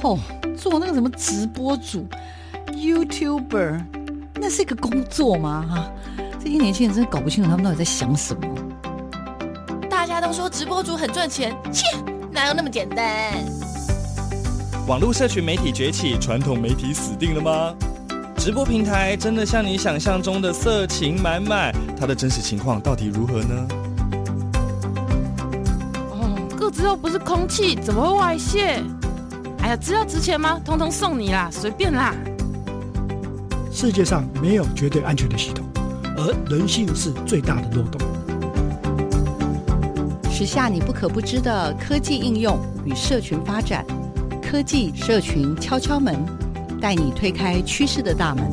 做那个什么直播主 YouTuber， 那是一个工作吗？这些年轻人真的搞不清楚他们到底在想什么。 大家都说直播主很赚钱，切，哪有那么简单？ 网络社群媒体崛起，传统媒体死定了吗？直播平台真的像你想象中的色情满满？它的真实情况到底如何呢？ 个资料不是空气，怎么会外泄？哎呀，资料值钱吗？通通送你啦，随便啦。 世界上没有绝对安全的系统，而人性是最大的漏洞。 时下你不可不知的科技应用与社群发展，科技社群敲敲门，带你推开趋势的大门。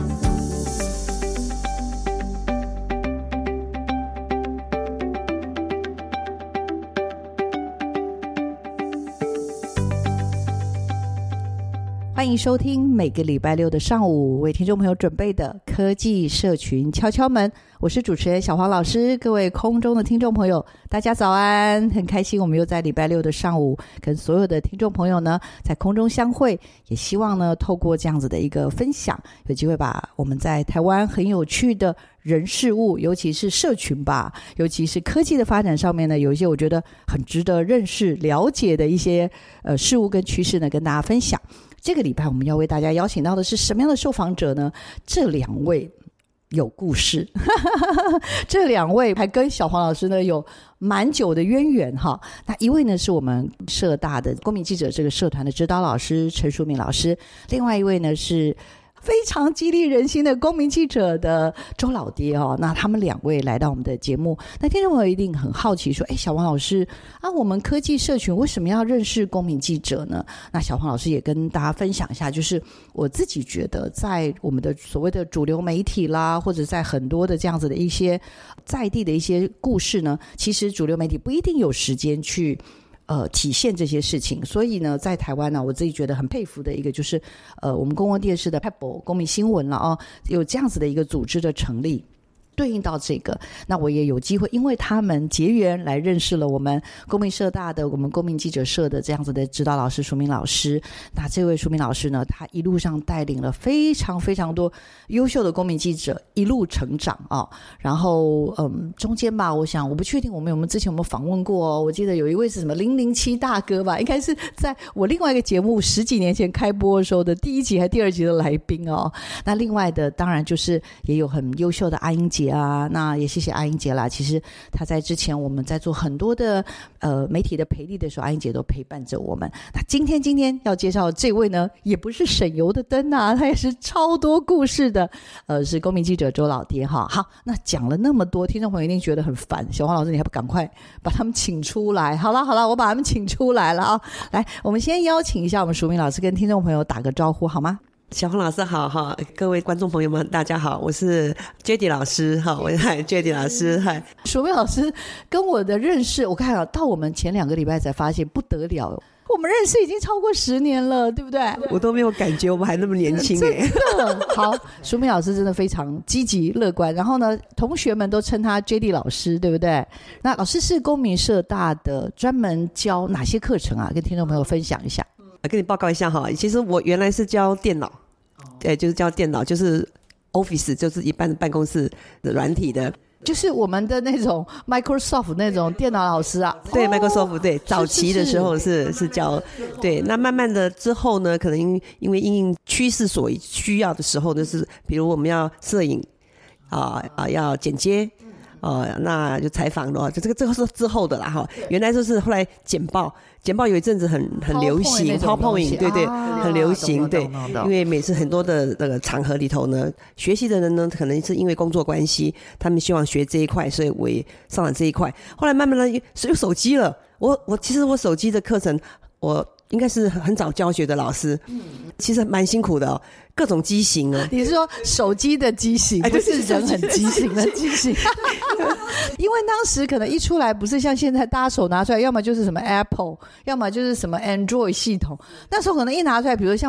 欢迎收听每个礼拜六的上午为听众朋友准备的科技社群敲敲门，我是主持人小黄老师。各位空中的听众朋友大家早安，很开心我们又在礼拜六的上午跟所有的听众朋友呢在空中相会，也希望呢透过这样子的一个分享，有机会把我们在台湾很有趣的人事物，尤其是社群吧，尤其是科技的发展上面呢，有一些我觉得很值得认识了解的一些事物跟趋势呢跟大家分享。这个礼拜我们要为大家邀请到的是什么样的受访者呢？这两位有故事这两位还跟小黄老师呢有蛮久的渊源哈。那一位呢是我们社大的公民记者这个社团的指导老师陈淑敏老师，另外一位呢是非常激励人心的公民记者的周老爹那他们两位来到我们的节目，那听众朋友一定很好奇说，小黄老师我们科技社群为什么要认识公民记者呢？那小黄老师也跟大家分享一下，就是我自己觉得在我们的所谓的主流媒体啦，或者在很多的这样子的一些在地的一些故事呢，其实主流媒体不一定有时间去体现这些事情。所以呢在台湾呢，我自己觉得很佩服的一个就是我们公共电视的 PEBL 公民新闻了有这样子的一个组织的成立。对应到这个，那我也有机会因为他们结缘来认识了我们公民社大的我们公民记者社的这样子的指导老师淑敏老师。那这位淑敏老师呢，他一路上带领了非常非常多优秀的公民记者一路成长然后中间吧，我想我不确定我们之前有没有访问过我记得有一位是什么007大哥吧，应该是在我另外一个节目10几年前开播的时候的第1集还第2集的来宾那另外的当然就是也有很优秀的阿英姐那也谢谢阿英姐啦。其实她在之前我们在做很多的媒体的培力的时候，阿英姐都陪伴着我们。那今天要介绍的这位呢，也不是省油的灯他也是超多故事的是公民记者周老爹好，那讲了那么多，听众朋友一定觉得很烦，小黄老师你还不赶快把他们请出来？好了，我把他们请出来了来，我们先邀请一下我们淑敏老师跟听众朋友打个招呼好吗？ 小黄老师好哈，各位观众朋友们大家好，我是 Jady 老师我是 Jady 老师淑敏老师跟我的认识，我看到我们前2个礼拜才发现不得了，我们认识已经超过10年了，对不对？ 我都没有感觉我们还那么年轻真的好，淑敏老师真的非常积极乐观，然后呢同学们都称他 Jady 老师，对不对？那老师是公民社大的，专门教哪些课程跟听众朋友分享一下。 跟你报告一下其实我原来是教电脑对，就是教电脑，就是 Office 就是一般的办公室的软体的， 就是我们的那种 Microsoft 那种电脑老师对Microsoft 对，早期的时候是教对。那慢慢的之后呢，可能因为因应趋势所需要的时候呢，是比如我们要摄影要剪接那就采访了，这个是之后的啦原来就是后来简报有一阵子很流行 PowerPoint 对，很流行对，因为每次很多的那个场合里头呢，学习的人呢可能是因为工作关系，他们希望学这一块，所以我也上了这一块。后来慢慢的有手机了，其实我手机的课程我应该是很早教学的老师其实蛮辛苦的各种机型你是说手机的机型不是人很机型的机型因为当时可能一出来不是像现在大家手拿出来要么就是什么 Apple 要么就是什么 Android 系统，那时候可能一拿出来，比如像我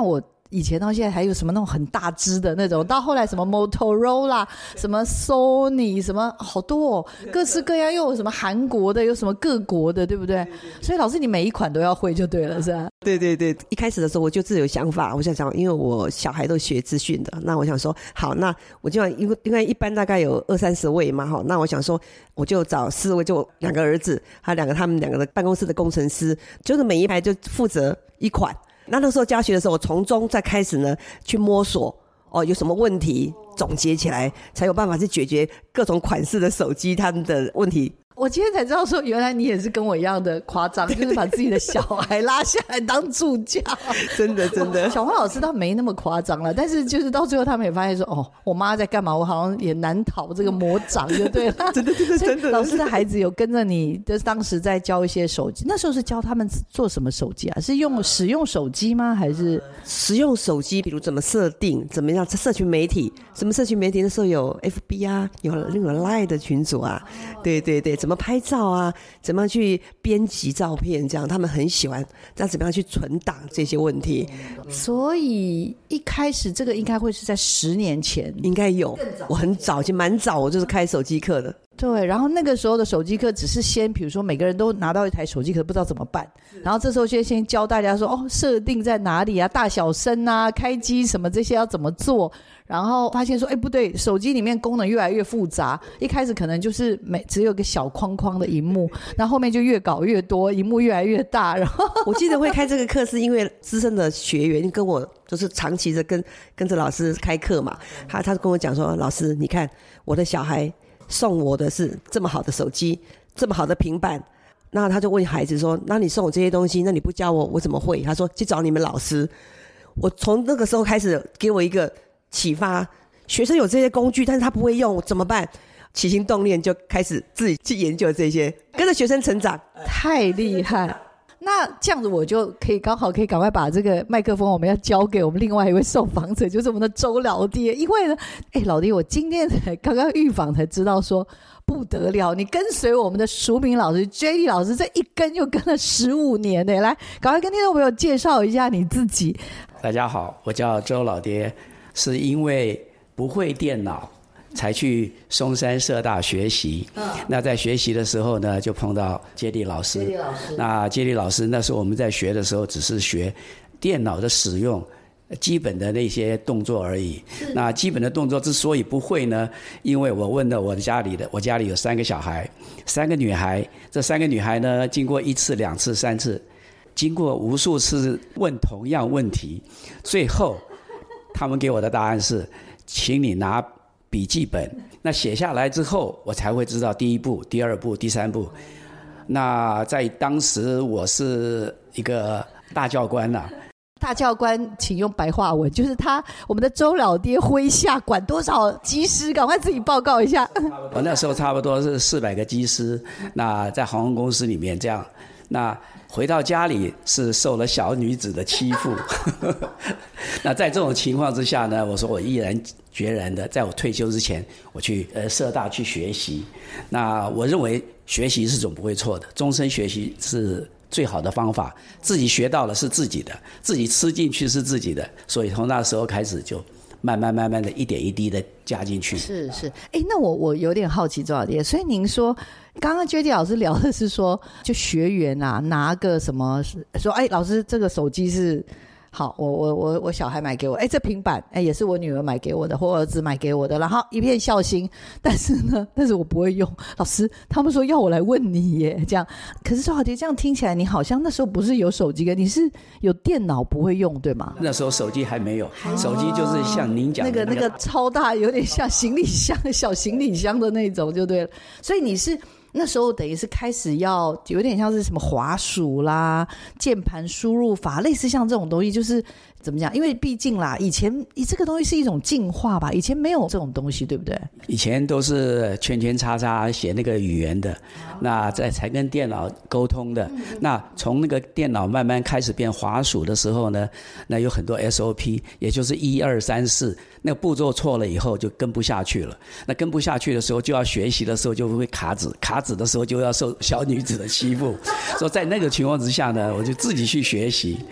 以前到现在还有什么那种很大只的那种，到后来什么 Motorola 什么 Sony 什么好多哦，各式各样，又有什么韩国的，有什么各国的，对不对？所以老师你每一款都要会就对了，是吧？ 对对对，一开始的时候我就自己有想法，我想因为我小孩都学资讯的，那我想说好，那我就因为一般大概有20-30位嘛，那我想说我就找4位，就2个儿子还有他们2个的办公室的工程师，就是每一排就负责一款。那时候教学的时候，我从中再开始呢去摸索有什么问题，总结起来才有办法去解决各种款式的手机他们的问题。 我今天才知道说，原来你也是跟我一样的夸张，就是把自己的小孩拉下来当助教。 真的。 小黄老师倒没那么夸张了，但是就是到最后他们也发现说，我妈在干嘛，我好像也难逃这个魔掌，就对了。真的。老师的孩子有跟着你，就是当时在教一些手机，那时候是教他们做什么手机啊？是使用手机吗？还是使用手机？比如怎么设定，怎么样社群媒体？什么社群媒体？那时候有 FB 啊，有那个 LINE 的群组啊，对，怎么拍照啊，怎么样去编辑照片，这样他们很喜欢，这样怎么样去存档这些问题。 所以一开始这个应该会是在10年前， 应该有，我很早，其实蛮早，我就是开手机课的。 对，然后那个时候的手机课只是先，比如说每个人都拿到一台手机，可不知道怎么办，然后这时候就先教大家说，设定在哪里啊，大小声啊，开机什么这些要怎么做，然后发现说，不对，手机里面功能越来越复杂，一开始可能就是只有个小框框的萤幕，然后后面就越搞越多，萤幕越来越大，然后我记得会开这个课是因为资深的学员跟我就是长期的跟着老师开课嘛，他跟我讲说，老师你看我的小孩送我的是这么好的手机，这么好的平板，那他就问孩子说，那你送我这些东西，那你不教我，我怎么会？他说去找你们老师。我从那个时候开始给我一个启发，学生有这些工具，但是他不会用怎么办？起心动念就开始自己去研究这些，跟着学生成长， 太厉害。那这样子我就刚好可以赶快把这个麦克风我们要交给我们另外一位受访者，就是我们的周老爹。因为呢老爹，我今天刚刚预访才知道说不得了，你跟随我们的淑敏老师 JD 老师这一跟又跟了15年呢。来赶快跟听众朋友介绍一下你自己。 大家好，我叫周老爹，是因为不会电脑才去松山社大学习。那在学习的时候呢，就碰到接力老师。那接力老师那时候我们在学的时候，只是学电脑的使用，基本的那些动作而已。那基本的动作之所以不会呢，因为我问了我家里有3个小孩，3个女孩，这3个女孩呢，经过1次、2次、3次，经过无数次问同样问题，最后他们给我的答案是，请你拿笔记本，那写下来之后，我才会知道第1步、第2步、第3步。那在当时我是一个大教官啦。 大教官请用白话文，就是我们的周老爹麾下管多少机师，赶快自己报告一下。 我那时候差不多是400个机师，那在航空公司里面这样，那回到家里是受了小女子的欺负。那在这种情况之下呢，我说我毅然决然的，在我退休之前，我去社大去学习。那我认为学习是总不会错的，终身学习是最好的方法，自己学到了是自己的，自己吃进去是自己的，所以从那时候开始就慢慢的一点一滴的加进去。 是，那我有点好奇周老爹，所以您说刚刚 JD 老师聊的是说，就学员啊拿个什么说，老师这个手机是好，我小孩买给我，这平板也是我女儿买给我的，或儿子买给我的，然后一片孝心，但是我不会用，老师他们说要我来问你耶，这样。可是周老爹这样听起来，你好像那时候不是有手机，你是有电脑不会用，对吗？ 那时候手机还没有，手机就是像您讲的那个超大，有点像行李箱小行李箱的那种就对了。所以你是那时候等于是开始要有点像是什么滑鼠啦、键盘输入法，类似像这种东西，就是怎么讲？因为毕竟啦，以前这个东西是一种进化吧，以前没有这种东西，对不对？ 以前都是圈圈叉叉写那个语言的，那才跟电脑沟通的。那从那个电脑慢慢开始变滑鼠的时候呢，那有很多 SOP， 也就是1、2、3、4，那个步骤错了以后就跟不下去了。那跟不下去的时候，就要学习的时候就会卡纸的时候就要受小女子的欺负。所以在那个情况之下呢，我就自己去学习。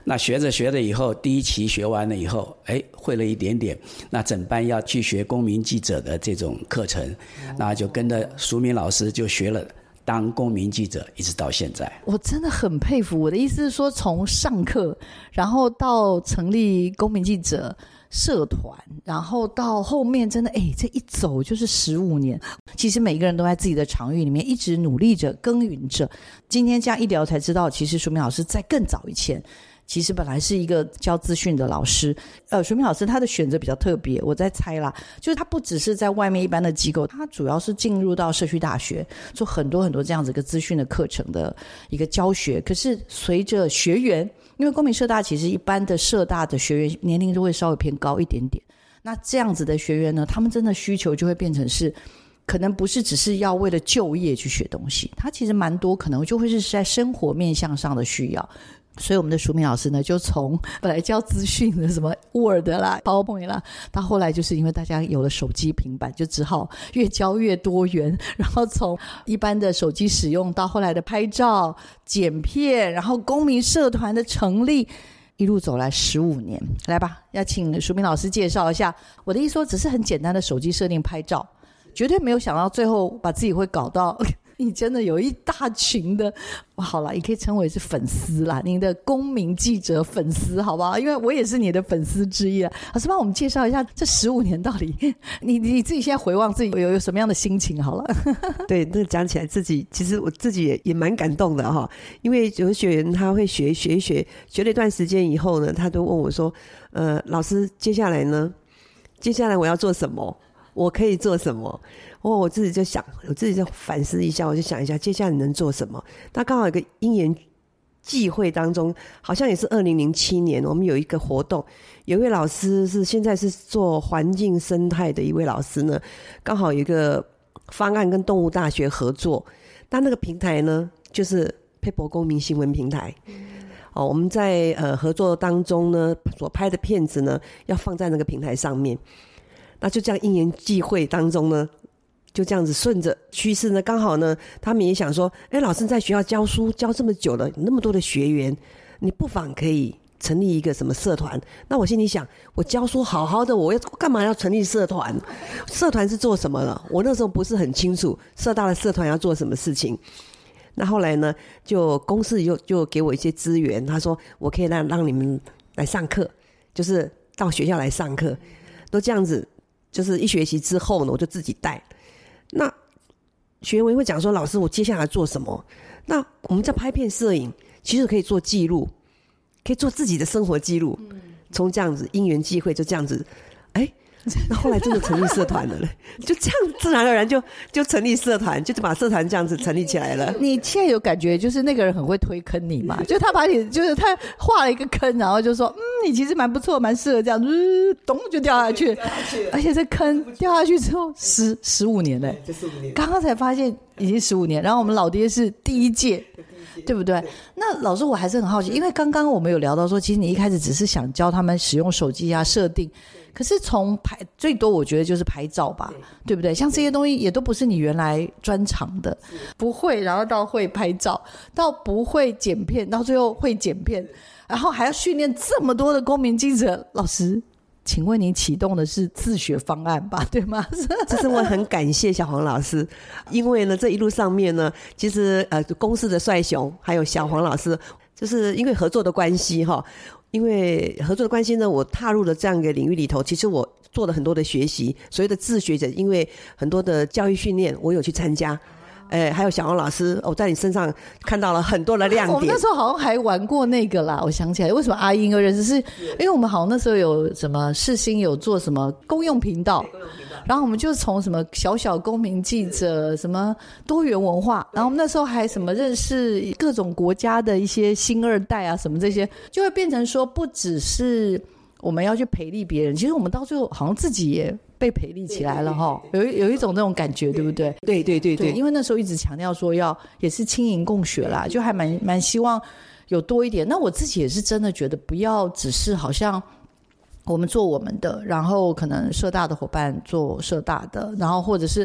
那学着以后，第一期学完了以后，会了一点点，那整班要去学公民记者的这种课程，那就跟着淑敏老师就学了当公民记者，一直到现在。 我真的很佩服。我的意思是说，从上课，然后到成立公民记者社团，然后到后面真的这一走就是15年。其实每个人都在自己的场域里面一直努力着耕耘着。今天这样一聊才知道，其实淑敏老师在更早以前其实本来是一个教资讯的老师。淑敏老师他的选择比较特别，我在猜啦，就是他不只是在外面一般的机构，他主要是进入到社区大学做很多很多这样子一个资讯的课程的一个教学。可是随着学员，因为公民社大其实一般的社大的学员年龄都会稍微偏高一点点，那这样子的学员呢，他们真的需求就会变成是可能不是只是要为了就业去学东西，他其实蛮多可能就会是在生活面向上的需要。所以我们的淑敏老师呢，就从本来教资讯的什么 Word 啦 PowerPoint 啦，到后来就是因为大家有了手机平板，就只好越教越多元，然后从一般的手机使用到后来的拍照剪片，然后公民社团的成立，一路走来15年。来吧，要请淑敏老师介绍一下。我的意思说只是很简单的手机设定拍照，绝对没有想到最后把自己会搞到你真的有一大群的，好了，也可以称为是粉丝啦，您的公民记者粉丝，好不好？因为我也是你的粉丝之一啦。老师帮我们介绍一下这15年到底你自己现在回望自己有什么样的心情好了。 对，那讲起来其实我自己也蛮感动的哈，因为有的学员他会学了一段时间以后呢，他都问我说老师接下来呢，接下来我要做什么，我可以做什么。我自己就想，我自己就反思一下，我就想一下接下来你能做什么。那刚好有个因缘际会当中，好像也是2007年，我们有一个活动，有一位老师现在是做环境生态的一位老师呢，刚好有一个方案跟动物大学合作，那个平台呢就是佩博公民新闻平台。我们在合作当中呢，所拍的片子呢要放在那个平台上面。那就这样因缘际会当中呢，就这样子顺着趋势呢，刚好呢他们也想说，老师在学校教书教这么久了，那么多的学员，你不妨可以成立一个什么社团。那我心里想，我教书好好的，我干嘛要成立社团？社团是做什么的？我那时候不是很清楚社大的社团要做什么事情。那后来呢，就公司就给我一些资源，他说我可以让你们来上课，就是到学校来上课，都这样子。就是一学期之后呢，我就自己带。那学员会讲说，老师我接下来做什么？那我们在拍片摄影其实可以做记录，可以做自己的生活记录。从这样子因缘际会就这样子，那后来真的成立社团了，就这样自然而然就成立社团，就把社团这样子成立起来了。 你现在有感觉就是那个人很会推坑你嘛？就他把你，就是他画了一个坑，然后就说你其实蛮不错，蛮适合这样，咚就掉下去，而且这坑掉下去之后15年嘞，刚刚才发现已经15年，然后我们老爹是第一届。对不对？那老师我还是很好奇，因为刚刚我们有聊到说，其实你一开始只是想教他们使用手机啊设定，可是从最多我觉得就是拍照吧，对不对？像这些东西也都不是你原来专长的，不会，然后到会拍照，到不会剪片，到最后会剪片，然后还要训练这么多的公民记者。老师请问你启动的是自学方案吧，对吗？ 这是我很感谢小黄老师，因为呢这一路上面呢，其实公司的帅雄还有小黄老师，就是因为合作的关系哈，因为合作的关系呢，我踏入了这样一个领域里头，其实我做了很多的学习，所谓的自学者，因为很多的教育训练我有去参加。还有小王老师，我在你身上看到了很多的亮点。 我们那时候好像还玩过那个啦，我想起来，为什么阿英而认识？是因为我们好像那时候有什么世新有做什么公用频道，然后我们就从什么小小公民记者，什么多元文化，然后我们那时候还什么认识各种国家的一些新二代啊，什么这些，就会变成说不只是我们要去培力别人，其实我们到最后好像自己也被培力起来了哈，有一种那种感觉，对不对？对，因为那时候一直强调说也是青银共学啦，就还蛮希望有多一点。那我自己也是真的觉得不要只是好像我们做我们的，然后可能社大的伙伴做社大的，然后或者是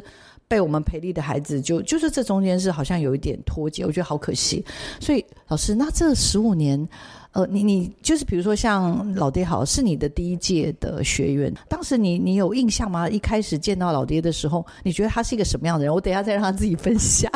被我们培力的孩子就是这中间是好像有一点脱节，我觉得好可惜。所以老师，那这15年你就是比如说像老爹好是你的第一届的学员，当时你有印象吗？一开始见到老爹的时候，你觉得他是一个什么样的人？我等一下再让他自己分享。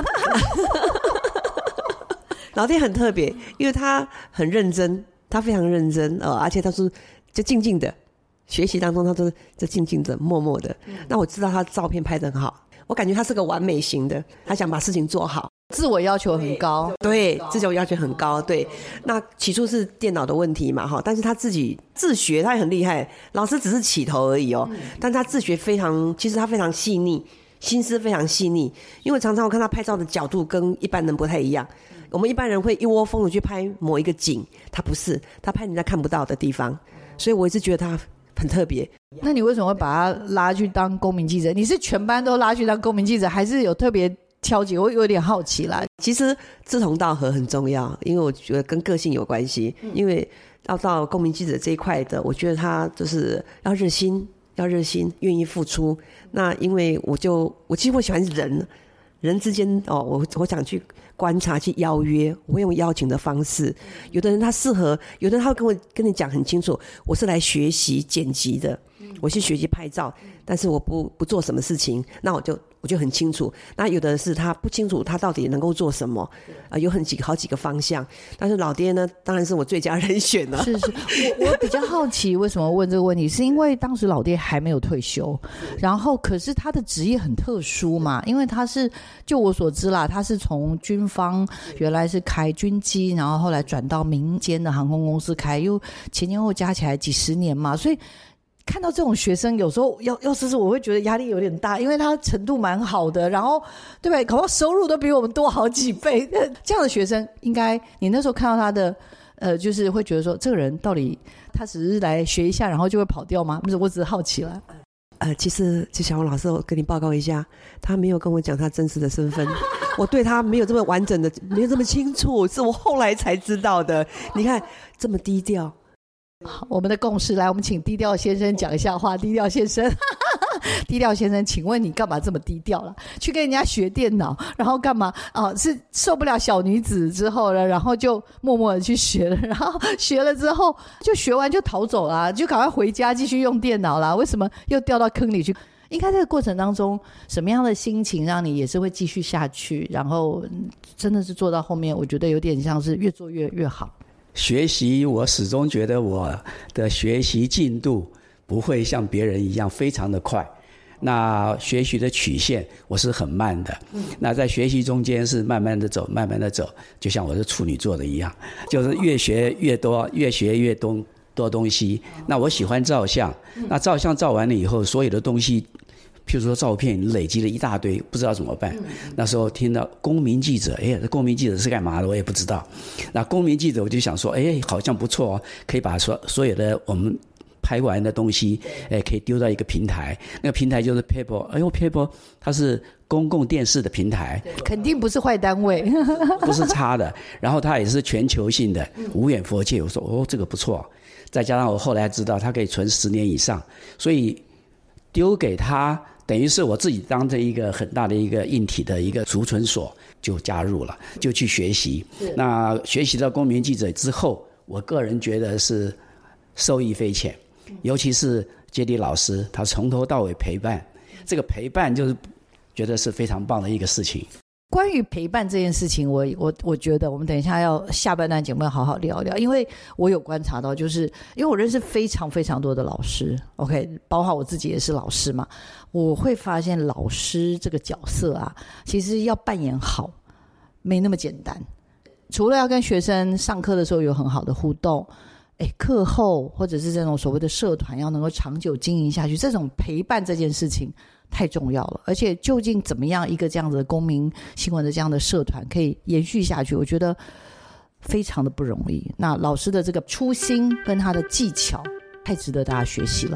老爹很特别，因为他很认真，他非常认真而且他是就静静的学习当中，他都是就静静的默默的。那我知道他照片拍得很好，我感觉他是个完美型的，他想把事情做好， 自我要求很高。 对，自我要求很高。对，那起初是电脑的问题嘛，但是他自己自学，他也很厉害，老师只是起头而已但他自学其实他非常细腻，心思非常细腻。因为常常我看他拍照的角度跟一般人不太一样，我们一般人会一窝蜂的去拍某一个景，他不是，他拍人家看不到的地方，所以我一直觉得他很特别。 那你为什么会把他拉去当公民记者？你是全班都拉去当公民记者，还是有特别挑几个？我有点好奇啦。 其实志同道合很重要，因为我觉得跟个性有关系。因为要到公民记者这一块的，我觉得他就是要热心，愿意付出。那因为我其实我喜欢人之间我想去观察，去邀约，我会用邀请的方式。有的人他适合，有的人他会跟你讲很清楚，我是来学习剪辑的，我是学习拍照，但是我不做什么事情，那我就很清楚。那有的人是他不清楚他到底能够做什么，有好几个方向。但是老爹呢，当然是我最佳人选了。 是，我比较好奇为什么问这个问题，是因为当时老爹还没有退休，然后可是他的职业很特殊嘛，因为他是就我所知啦，他是从军方原来是开军机，然后后来转到民间的航空公司开，又前后加起来几十年嘛，所以看到这种学生有时候要是我会觉得压力有点大，因为他程度蛮好的，然后对不对，搞不好收入都比我们多好几倍。这样的学生应该你那时候看到他的就是会觉得说这个人到底他只是来学一下然后就会跑掉吗？不是，我只是好奇了。 其实小王老师，我跟你报告一下，他没有跟我讲他真实的身份，我对他没有这么完整的，没有这么清楚，是我后来才知道的。你看这么低调。 好，我们的共识来，我们请低调先生讲一下话。低调先生低调先生，请问你干嘛这么低调了？去跟人家学电脑，然后干嘛是受不了小女子之后了，然后就默默的去学了，然后学了之后就学完就逃走了，就赶快回家继续用电脑啦。为什么又掉到坑里去？应该这个过程当中什么样的心情让你也是会继续下去，然后真的是做到后面，我觉得有点像是越做越好。 学习，我始终觉得我的学习进度不会像别人一样非常的快，那学习的曲线我是很慢的，那在学习中间是慢慢的走，就像我是处女座的一样，就是越学越多，越学越多东西。那我喜欢照相，那照相照完了以后，所有的东西譬如说照片累积了一大堆，不知道怎么办。那时候听到公民记者，这公民记者是干嘛的我也不知道。那公民记者我就想说，好像不错哦，可以把所有的我们拍完的东西，可以丢到一个平台。那个平台就是 Paper，Paper 它是公共电视的平台， 肯定不是坏单位， 不是差的。然后它也是全球性的，无远弗届。我说这个不错。再加上我后来知道它可以存10年以上，所以丢给他。等于是我自己当着一个很大的一个硬体的一个储存所，就加入了，就去学习。那学习到公民记者之后，我个人觉得是受益匪浅，尤其是接力老师，他从头到尾陪伴，这个陪伴就是觉得是非常棒的一个事情。 关于陪伴这件事情，我觉得我们等一下要下半段节目要好好聊聊，因为我有观察到，就是因为我认识非常非常多的老师 ，OK， 包括我自己也是老师嘛，我会发现老师这个角色啊，其实要扮演好没那么简单。除了要跟学生上课的时候有很好的互动，课后或者是这种所谓的社团要能够长久经营下去，这种陪伴这件事情太重要了。而且究竟怎么样一个这样子的公民新闻的这样的社团可以延续下去，我觉得非常的不容易。那老师的这个初心跟他的技巧太值得大家学习了。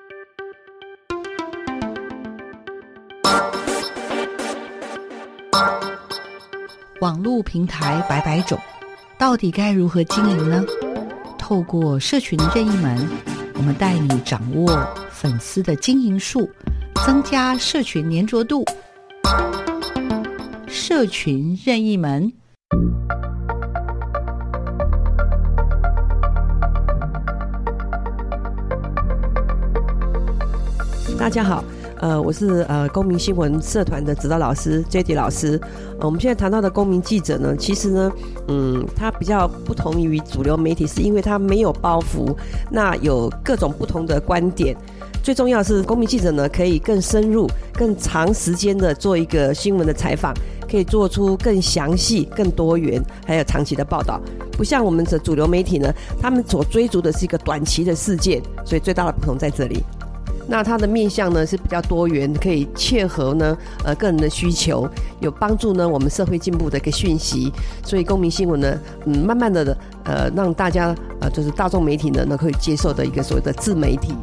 网络平台百百种，到底该如何经营呢？透过社群任意门，我们带你掌握粉丝的经营术，增加社群粘着度。 社群任意门。 大家好，我是公民新闻社团的指导老师 JD 老师。我们现在谈到的公民记者呢，其实呢，它比较不同于主流媒体，是因为它没有包袱，那有各种不同的观点。最重要的是，公民记者呢可以更深入、更长时间的做一个新闻的采访，可以做出更详细、更多元，还有长期的报道。不像我们的主流媒体呢，他们所追逐的是一个短期的事件，所以最大的不同在这里。那它的面向呢是比较多元，可以切合呢个人的需求，有帮助呢我们社会进步的一个讯息。所以公民新闻呢，慢慢的让大家就是大众媒体呢可以接受的一个所谓的自媒体。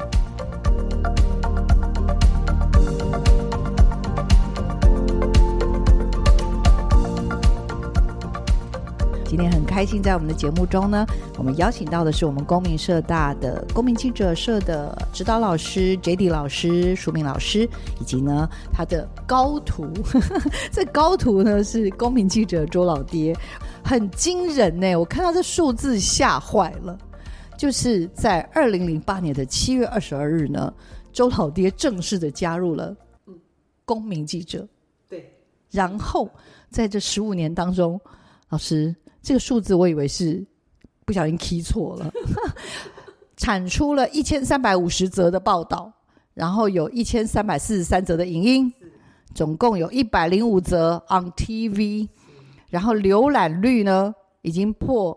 今天很开心，在我们的节目中呢，我们邀请到的是我们公民社大的公民记者社的指导老师 JD 老师、淑敏老师，以及呢他的高徒这高徒呢是公民记者周老爹，很惊人呢，我看到这数字吓坏了。就是在2008年的7月22日呢，周老爹正式的加入了公民记者。对，然后在这15年当中，老师这个数字我以为是不小心 key 错了产出了1350则的报道，然后有1343则的影音，总共有105则 on TV， 然后浏览率呢已经破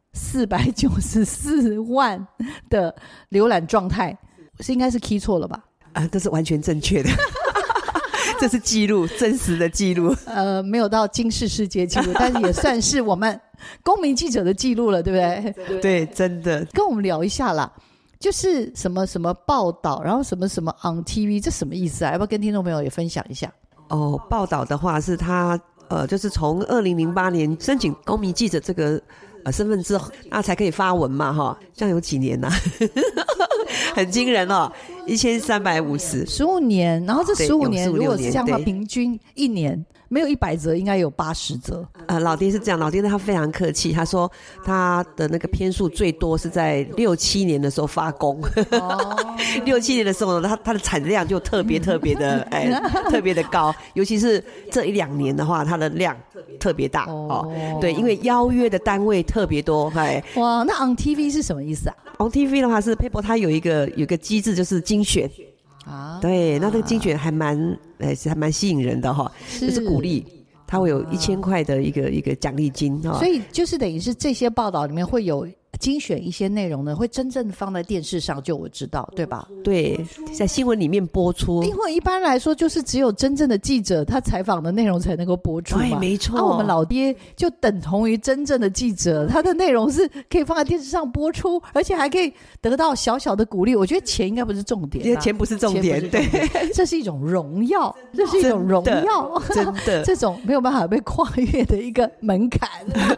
494万的浏览状态，是应该是 key 错了吧？ 这是完全正确的这是记录，真实的记录。 没有到金氏世界纪录，但是也算是我们公民记者的记录了，对不对？ 对，真的。跟我们聊一下啦，就是什么什么报道，然后什么什么 on TV， 这什么意思啊？要不要跟听众朋友也分享一下？ 报道的话是他就是从2008年申请公民记者这个身份之后，那才可以发文嘛，哈，这样有几年啊很惊人哦，1350，15 年，然后这15年如果是这样的话，平均一年没有100则，应该有80则。 老爹是这样，老爹他非常客气，他说他的那个篇数最多是在6、7年的时候发功，6、7年的时候呢，他的产量就特别的特别的高，尤其是这1、2年的话，他的量特别大对，因为邀约的单位特别多， 哇，那 on TV 是什么意思啊 ？on TV 的话是 PayPal 它有一个机制，就是精选对，那这个精选还蛮吸引人的哈，就是鼓励。它会有1000块的一个奖励金所以就是等于是这些报道里面会有精选一些内容呢，会真正放在电视上，就我知道，对吧？ 对，在新闻里面播出。 因为一般来说，就是只有真正的记者他采访的内容才能够播出嘛。 对，没错。 我们老爹就等同于真正的记者，他的内容是可以放在电视上播出，而且还可以得到小小的鼓励。我觉得钱应该不是重点， 钱不是重点，对， 这是一种荣耀，这是一种荣耀， 真的， 这种没有办法被跨越的一个门槛。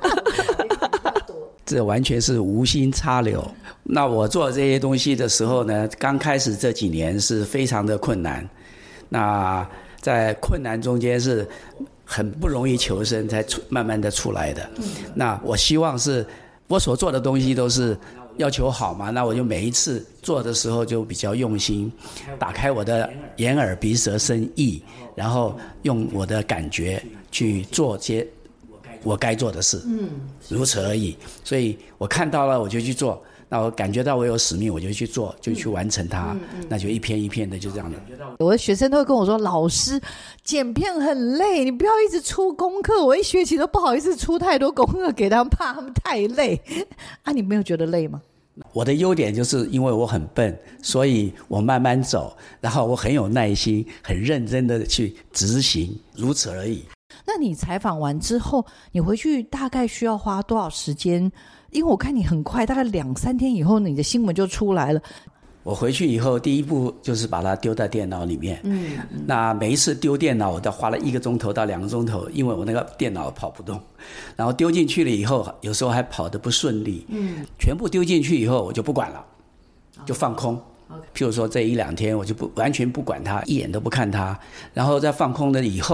这完全是无心插柳。那我做这些东西的时候呢，刚开始这几年是非常的困难，那在困难中间是很不容易求生，才慢慢的出来的。那我希望是我所做的东西都是要求好嘛，那我就每一次做的时候就比较用心，打开我的眼耳鼻舌身意，然后用我的感觉去做些我该做的事，如此而已。所以我看到了我就去做，那我感觉到我有使命我就去做，就去完成它，那就一篇一篇的就这样的。 我的学生都会跟我说，老师剪片很累，你不要一直出功课，我一学期都不好意思出太多功课给他们，怕他们太累啊。你没有觉得累吗？ 我的优点就是因为我很笨，所以我慢慢走，然后我很有耐心，很认真的去执行，如此而已。 那你采访完之后，你回去大概需要花多少时间？因为我看你很快，大概2-3天以后，你的新闻就出来了。 我回去以后，第一步就是把它丢在电脑里面。那每一次丢电脑，我都花了1个钟头到2个钟头，因为我那个电脑跑不动。然后丢进去了以后，有时候还跑得不顺利。全部丢进去以后，我就不管了，就放空。譬如说这1-2天，我就完全不管它，一眼都不看它。然后在放空了以后，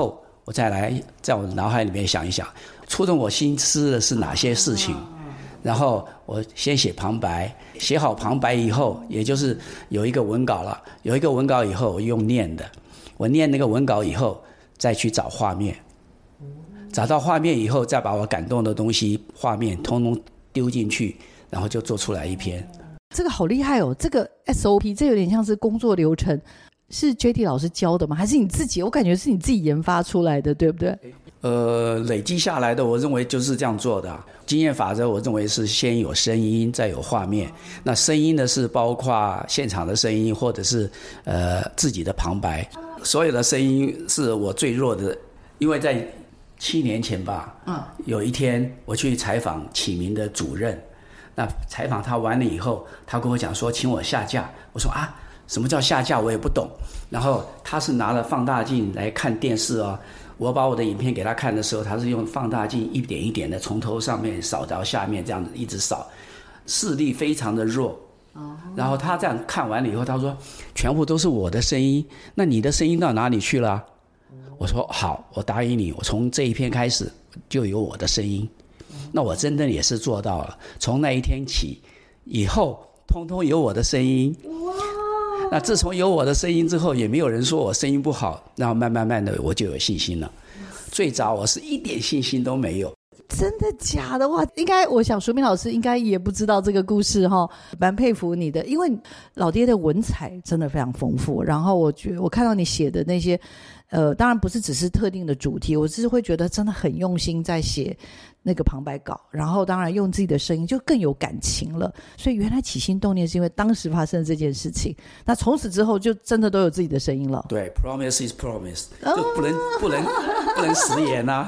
我再来在我脑海里面想一想，触动我心思的是哪些事情，然后我先写旁白，写好旁白以后，也就是有一个文稿了，有一个文稿以后我用念的，我念那个文稿以后再去找画面，找到画面以后再把我感动的东西画面通通丢进去，然后就做出来一篇。 这个好厉害哦，这个 SOP 这有点像是工作流程，是 JD 老师教的吗？还是你自己？我感觉是你自己研发出来的，对不对？ 累积下来的，我认为就是这样做的。经验法则，我认为是先有声音，再有画面。那声音呢，是包括现场的声音，或者是自己的旁白。所有的声音是我最弱的，因为在7年前吧，有一天我去采访启明的主任，那采访他完了以后，他跟我讲说，请我下架。我说啊，什么叫下架？我也不懂。然后他是拿了放大镜来看电视哦。我把我的影片给他看的时候，他是用放大镜一点一点的从头上面扫到下面，这样子一直扫，视力非常的弱。然后他这样看完了以后，他说全部都是我的声音，那你的声音到哪里去了？我说好，我答应你，我从这一篇开始就有我的声音。那我真的也是做到了，从那一天起以后通通有我的声音。那自从有我的声音之后，也没有人说我声音不好，然后慢慢的我就有信心了。最早我是一点信心都没有。 真的假的？哇，应该我想淑敏老师应该也不知道这个故事哈，蛮佩服你的，因为老爹的文采真的非常丰富。然后我看到你写的那些，当然不是只是特定的主题，我只是会觉得真的很用心在写那个旁白稿，然后当然用自己的声音就更有感情了。所以原来起心动念是因为当时发生这件事情，那从此之后就真的都有自己的声音了。 对 ，promise is promise， 就不能食言啊。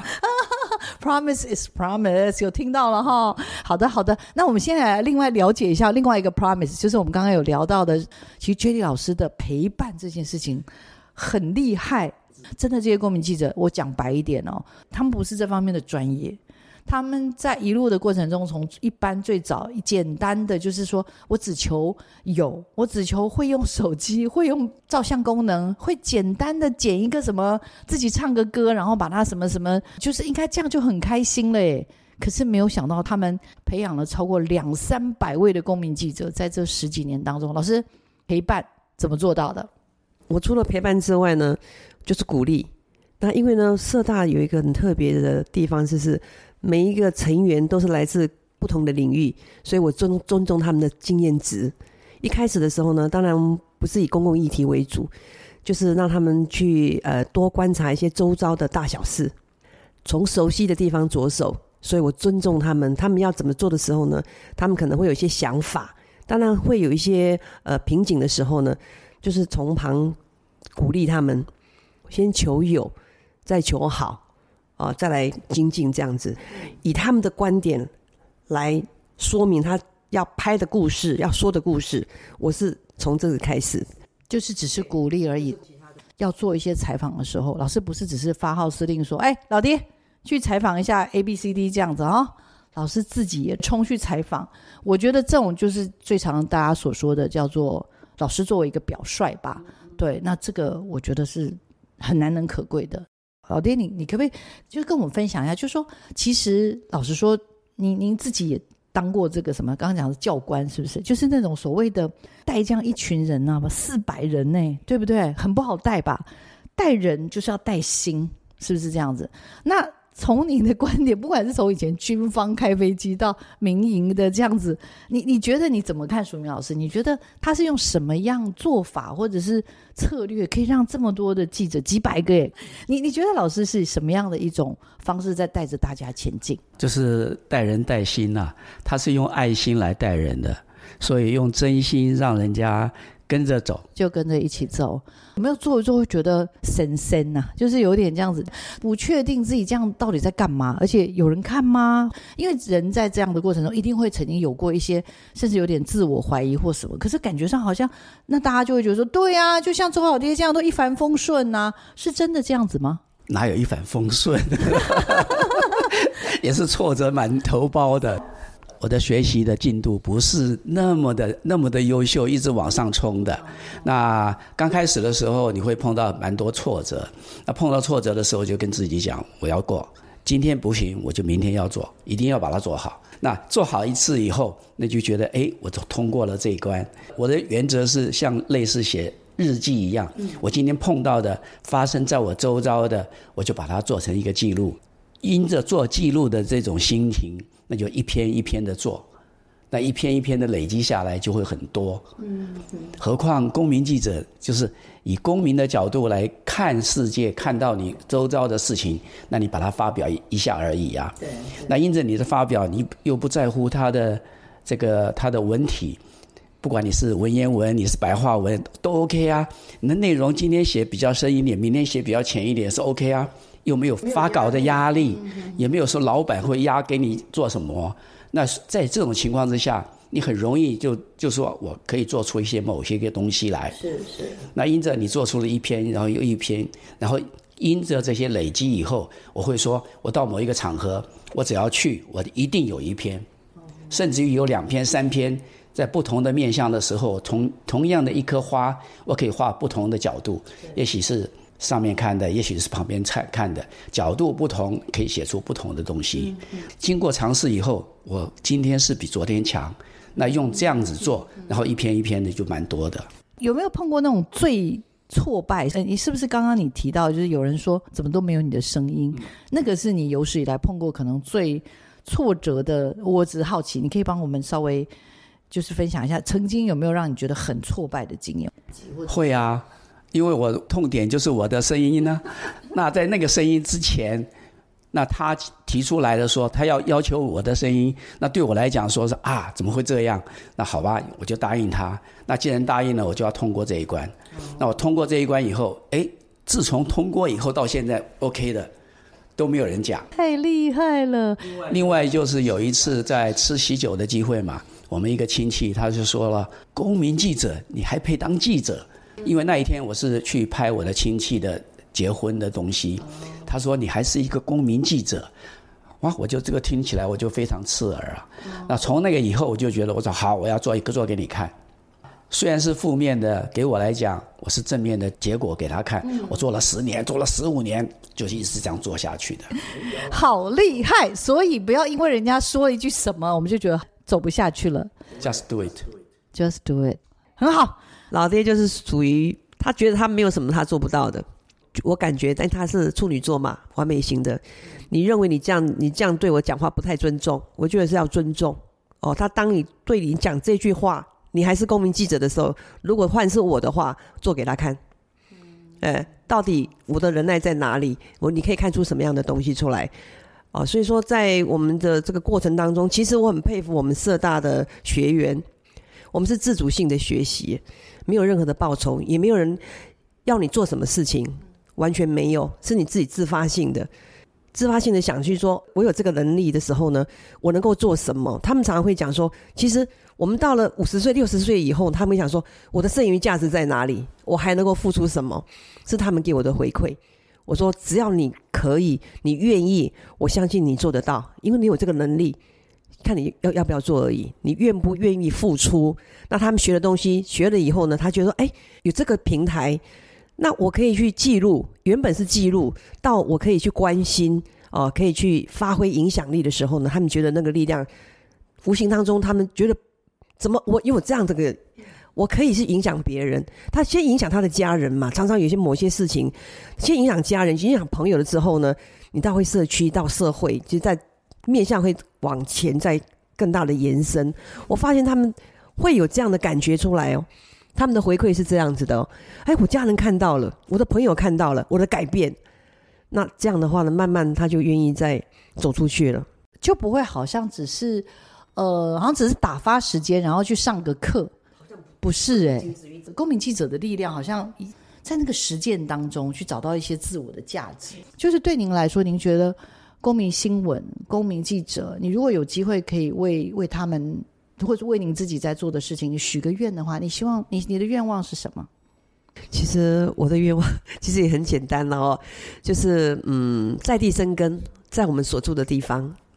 Promise is promise， 有听到了哈。好的，那我们现在来另外了解一下另外一个 promise， 就是我们刚刚有聊到的，其实 JD 老师的陪伴这件事情很厉害。真的，这些公民记者，我讲白一点哦，他们不是这方面的专业。他们在一路的过程中，从一般最早简单的就是说我只求会用手机，会用照相功能，会简单的剪一个什么自己唱个歌，然后把它什么什么，就是应该这样就很开心了耶。可是没有想到他们培养了超过200-300位的公民记者，在这10几年当中，老师陪伴怎么做到的？ 我除了陪伴之外呢，就是鼓励。那因为呢，社大有一个很特别的地方，就是每一个成员都是来自不同的领域，所以我尊重他们的经验值。一开始的时候呢，当然不是以公共议题为主，就是让他们去多观察一些周遭的大小事，从熟悉的地方着手。所以我尊重他们要怎么做的时候呢，他们可能会有一些想法，当然会有一些瓶颈的时候呢，就是从旁鼓励他们，先求有，再求好。再来精进，这样子以他们的观点来说明他要拍的故事，要说的故事。我是从这个开始， 就是只是鼓励而已。要做一些采访的时候，老师不是只是发号施令说，老爹去采访一下 ABCD 这样子啊，老师自己也冲去采访。我觉得这种就是最常大家所说的叫做老师作为一个表率吧。对，那这个我觉得是很难能可贵的。老爹，你可不可以就跟我们分享一下，就是说其实老实说您自己也当过这个什么刚刚讲的教官，是不是就是那种所谓的带这样一群人啊，400人呢，对不对？很不好带吧？带人就是要带心，是不是这样子？那从你的观点，不管是从以前军方开飞机到民营的这样子，你觉得你怎么看淑敏老师？你觉得他是用什么样做法或者是策略，可以让这么多的记者几百个耶？你觉得老师是什么样的一种方式在带着大家前进？ 就是带人带心啊，他是用爱心来带人的，所以用真心让人家跟着走， 就跟着一起走。有没有做一做会觉得神神啊，就是有点这样子不确定自己这样到底在干嘛，而且有人看吗？因为人在这样的过程中一定会曾经有过一些甚至有点自我怀疑或什么，可是感觉上好像那大家就会觉得说，对啊，就像周老爹这样都一帆风顺啊，是真的这样子吗？ 哪有一帆风顺也是挫折满头包的。 我的学习的进度不是那么的优秀，一直往上冲的。那刚开始的时候，你会碰到蛮多挫折。那碰到挫折的时候，就跟自己讲，我要过。今天不行，我就明天要做，一定要把它做好。那做好一次以后，那就觉得我就通过了这一关。我的原则是像类似写日记一样，我今天碰到的发生在我周遭的，我就把它做成一个记录。因着做记录的这种心情，那就一篇一篇的做，那一篇一篇的累积下来就会很多。何况公民记者就是以公民的角度来看世界，看到你周遭的事情，那你把它发表一下而已啊。对。那因着你的发表，你又不在乎它的文体，不管你是文言文，你是白话文都 OK 啊。你的内容今天写比较深一点，明天写比较浅一点是 OK 啊。又没有发稿的压力，也没有说老板会压给你做什么。那在这种情况之下，你很容易就说我可以做出一些某些个东西来。是。那因着你做出了一篇，然后又一篇，然后因着这些累积以后，我会说我到某一个场合，我只要去，我一定有一篇，甚至于有2篇、3篇，在不同的面向的时候，同样的一棵花，我可以画不同的角度，也许是上面看的，也许是旁边看的，角度不同，可以写出不同的东西。经过尝试以后，我今天是比昨天强。那用这样子做，然后一篇一篇的就蛮多的。 有没有碰过那种最挫败？你是不是刚刚你提到，就是有人说怎么都没有你的声音？那个是你有史以来碰过可能最挫折的。我只是好奇，你可以帮我们稍微就是分享一下，曾经有没有让你觉得很挫败的经验？ 会啊。因为我痛点就是我的声音呢，那在那个声音之前，那他提出来的说他要求我的声音，那对我来讲说是怎么会这样？那好吧，我就答应他。那既然答应了，我就要通过这一关。那我通过这一关以后，自从通过以后到现在 OK 的，都没有人讲， 太厉害了。 另外就是有一次在吃喜酒的机会嘛，我们一个亲戚他就说了，公民记者你还配当记者？因为那一天我是去拍我的亲戚的结婚的东西，他说你还是一个公民记者，哇，我就这个听起来我就非常刺耳啊。那从那个以后我就觉得我说好，我要做给你看。虽然是负面的，给我来讲我是正面的结果给他看。我做了10年，做了15年，就是一直这样做下去的。 好厉害！所以不要因为人家说一句什么，我们就觉得走不下去了。 Just do it. Just do it. 很好。 老爹就是属于他觉得他没有什么他做不到的，我感觉，但他是处女座嘛，完美型的。你认为你这样对我讲话不太尊重，我觉得是要尊重。他当你对你讲这句话，你还是公民记者的时候，如果换是我的话，做给他看。到底我的忍耐在哪里？你可以看出什么样的东西出来？所以说在我们的这个过程当中，其实我很佩服我们社大的学员。我们是自主性的学习，没有任何的报酬，也没有人要你做什么事情，完全没有，是你自己自发性的想去说，我有这个能力的时候呢，我能够做什么？他们常常会讲说，其实我们到了50岁、60岁以后，他们会想说，我的剩余价值在哪里？我还能够付出什么？是他们给我的回馈。我说，只要你可以，你愿意，我相信你做得到，因为你有这个能力。看你要不要做而已，你愿不愿意付出？那他们学的东西学了以后呢，他觉得说，有这个平台，那我可以去记录，原本是记录，到我可以去关心，可以去发挥影响力的时候呢，他们觉得那个力量，无形当中他们觉得，怎么因为我这样我可以是影响别人，他先影响他的家人嘛，常常有些某些事情，先影响家人，影响朋友了之后呢，你到会社区，到社会，其实在面向会往前再更大的延伸。我发现他们会有这样的感觉出来他们的回馈是这样子的我家人看到了，我的朋友看到了我的改变，那这样的话呢，慢慢他就愿意再走出去了， 就不会好像只是打发时间，然后去上个课，不是公民记者的力量好像在那个实践当中去找到一些自我的价值。就是对您来说，您觉得公民新闻、公民记者，你如果有机会可以为他们，或者为您自己在做的事情，你许个愿的话，你希望你的愿望是什么？ 其实我的愿望其实也很简单了就是在地生根，在我们所住的地方，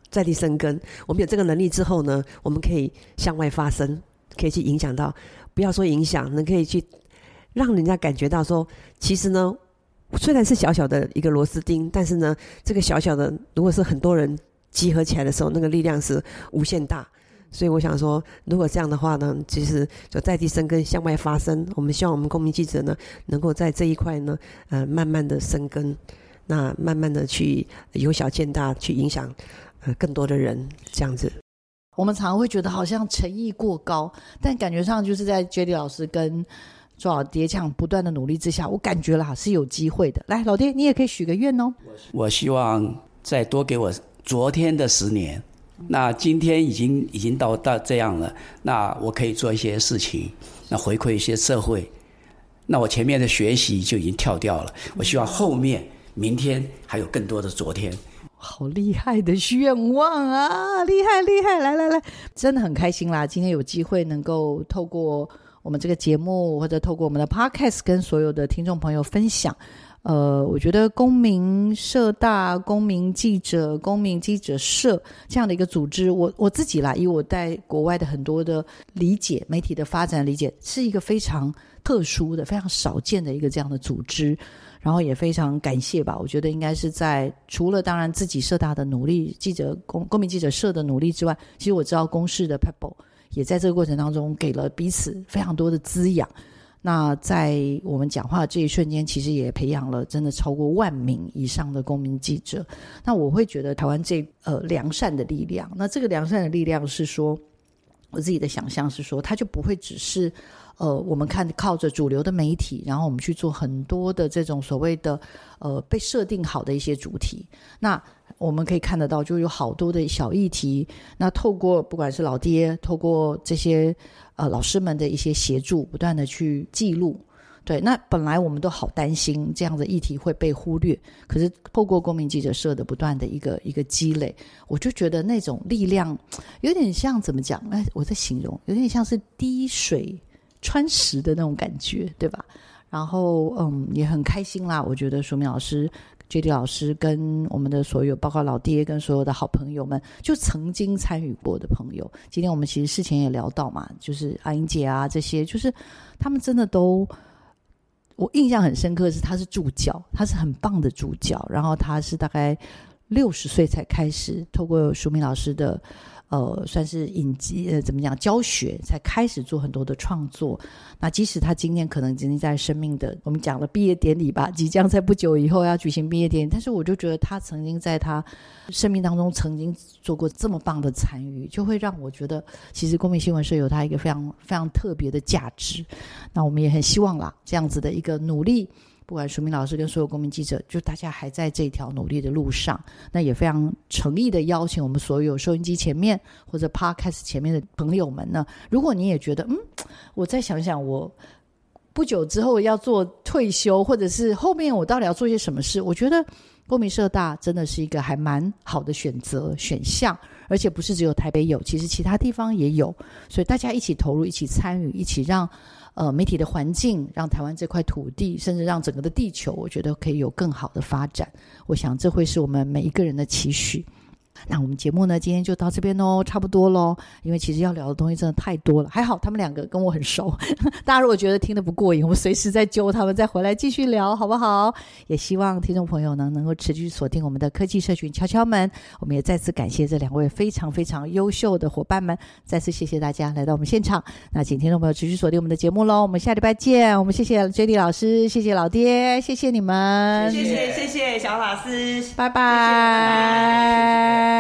在地生根。我们有这个能力之后呢，我们可以向外发声，可以去影响到，不要说影响，可以去让人家感觉到说，其实呢，虽然是小小的一个螺丝钉，但是呢，这个小小的，如果是很多人集合起来的时候，那个力量是无限大。所以我想说，如果这样的话呢，其实就在地生根，向外发声。我们希望我们公民记者呢，能够在这一块呢，慢慢的生根，那慢慢的去由小见大，去影响更多的人，这样子。 我们常常会觉得好像诚意过高，但感觉上就是在 J.D 老师跟周老爹这样不断的努力之下，我感觉啦是有机会的。来，老爹，你也可以许个愿哦。 我希望再多给我昨天的10年。那今天已经到这样了，那我可以做一些事情，那回馈一些社会。那我前面的学习就已经跳掉了，我希望后面明天还有更多的昨天。 好厉害的愿望啊！厉害厉害！来，真的很开心啦！今天有机会能够透过我们这个节目，或者透过我们的 podcast 跟所有的听众朋友分享。我觉得公民社大、公民记者、公民记者社这样的一个组织，我自己啦，以我在国外的很多的理解，媒体的发展理解，是一个非常特殊的、非常少见的一个这样的组织。然后也非常感谢吧，我觉得应该是在除了当然自己社大的努力，公民记者社的努力之外，其实我知道公视的 Pebble 也在这个过程当中给了彼此非常多的滋养。那在我们讲话的这一瞬间，其实也培养了真的超过10000名以上的公民记者。那我会觉得台湾这良善的力量，那这个良善的力量是说，我自己的想象是说，它就不会只是我们靠着主流的媒体，然后我们去做很多的这种所谓的被设定好的一些主题。那我们可以看得到，就有好多的小议题，那透过不管是老爹，透过这些老师们的一些协助，不断的去记录。对，那本来我们都好担心这样的议题会被忽略，可是透过公民记者社的不断的一个积累，我就觉得那种力量有点像怎么讲？我在形容，有点像是滴水穿石的那种感觉，对吧？然后也很开心啦，我觉得淑敏老师、J.D 老师跟我们的所有，包括老爹跟所有的好朋友们，就曾经参与过的朋友，今天我们其实事前也聊到嘛，就是阿英姐啊这些，就是他们真的都，我印象很深刻的是他是助教，他是很棒的助教，然后他是大概60岁才开始透过淑敏老师的算是怎么讲教学，才开始做很多的创作。那即使他今天可能已经在生命的我们讲了毕业典礼吧，即将在不久以后要举行毕业典礼，但是我就觉得他曾经在他生命当中曾经做过这么棒的参与，就会让我觉得其实公民新闻社有他一个非常非常特别的价值。那我们也很希望啦，这样子的一个努力，不管淑敏老师跟所有公民记者，就大家还在这条努力的路上，那也非常诚意的邀请我们所有收音机前面或者 podcast 前面的朋友们呢，如果你也觉得我再想想，我不久之后要做退休，或者是后面我到底要做些什么事，我觉得公民社大真的是一个还蛮好的选项，而且不是只有台北有，其实其他地方也有，所以大家一起投入，一起参与，一起让媒体的环境，让台湾这块土地，甚至让整个的地球，我觉得可以有更好的发展。我想这会是我们每一个人的期许。那我们节目呢，今天就到这边咯，差不多咯，因为其实要聊的东西真的太多了。还好他们两个跟我很熟，大家如果觉得听得不过瘾，我们随时再揪他们再回来继续聊，好不好？也希望听众朋友呢能够持续锁定我们的科技社群敲敲门。我们也再次感谢这2位非常非常优秀的伙伴们，再次谢谢大家来到我们现场。那请听众朋友持续锁定我们的节目咯，我们下礼拜见。我们谢谢 J.D 老师，谢谢老爹，谢谢你们， 谢谢小老师， 拜拜。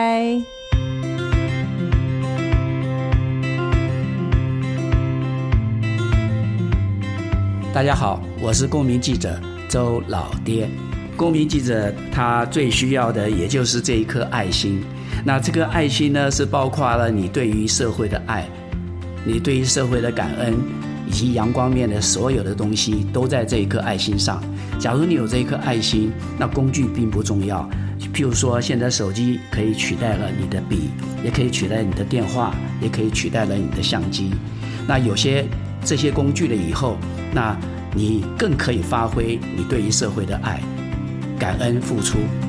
大家好，我是公民记者周老爹。公民记者他最需要的也就是这一颗爱心，那这个爱心呢，是包括了你对于社会的爱，你对于社会的感恩，以及阳光面的所有的东西都在这一颗爱心上。假如你有这一颗爱心，那工具并不重要，譬如说现在手机可以取代了你的笔，也可以取代你的电话，也可以取代了你的相机。那有些这些工具了以后，那你更可以发挥你对于社会的爱，感恩付出。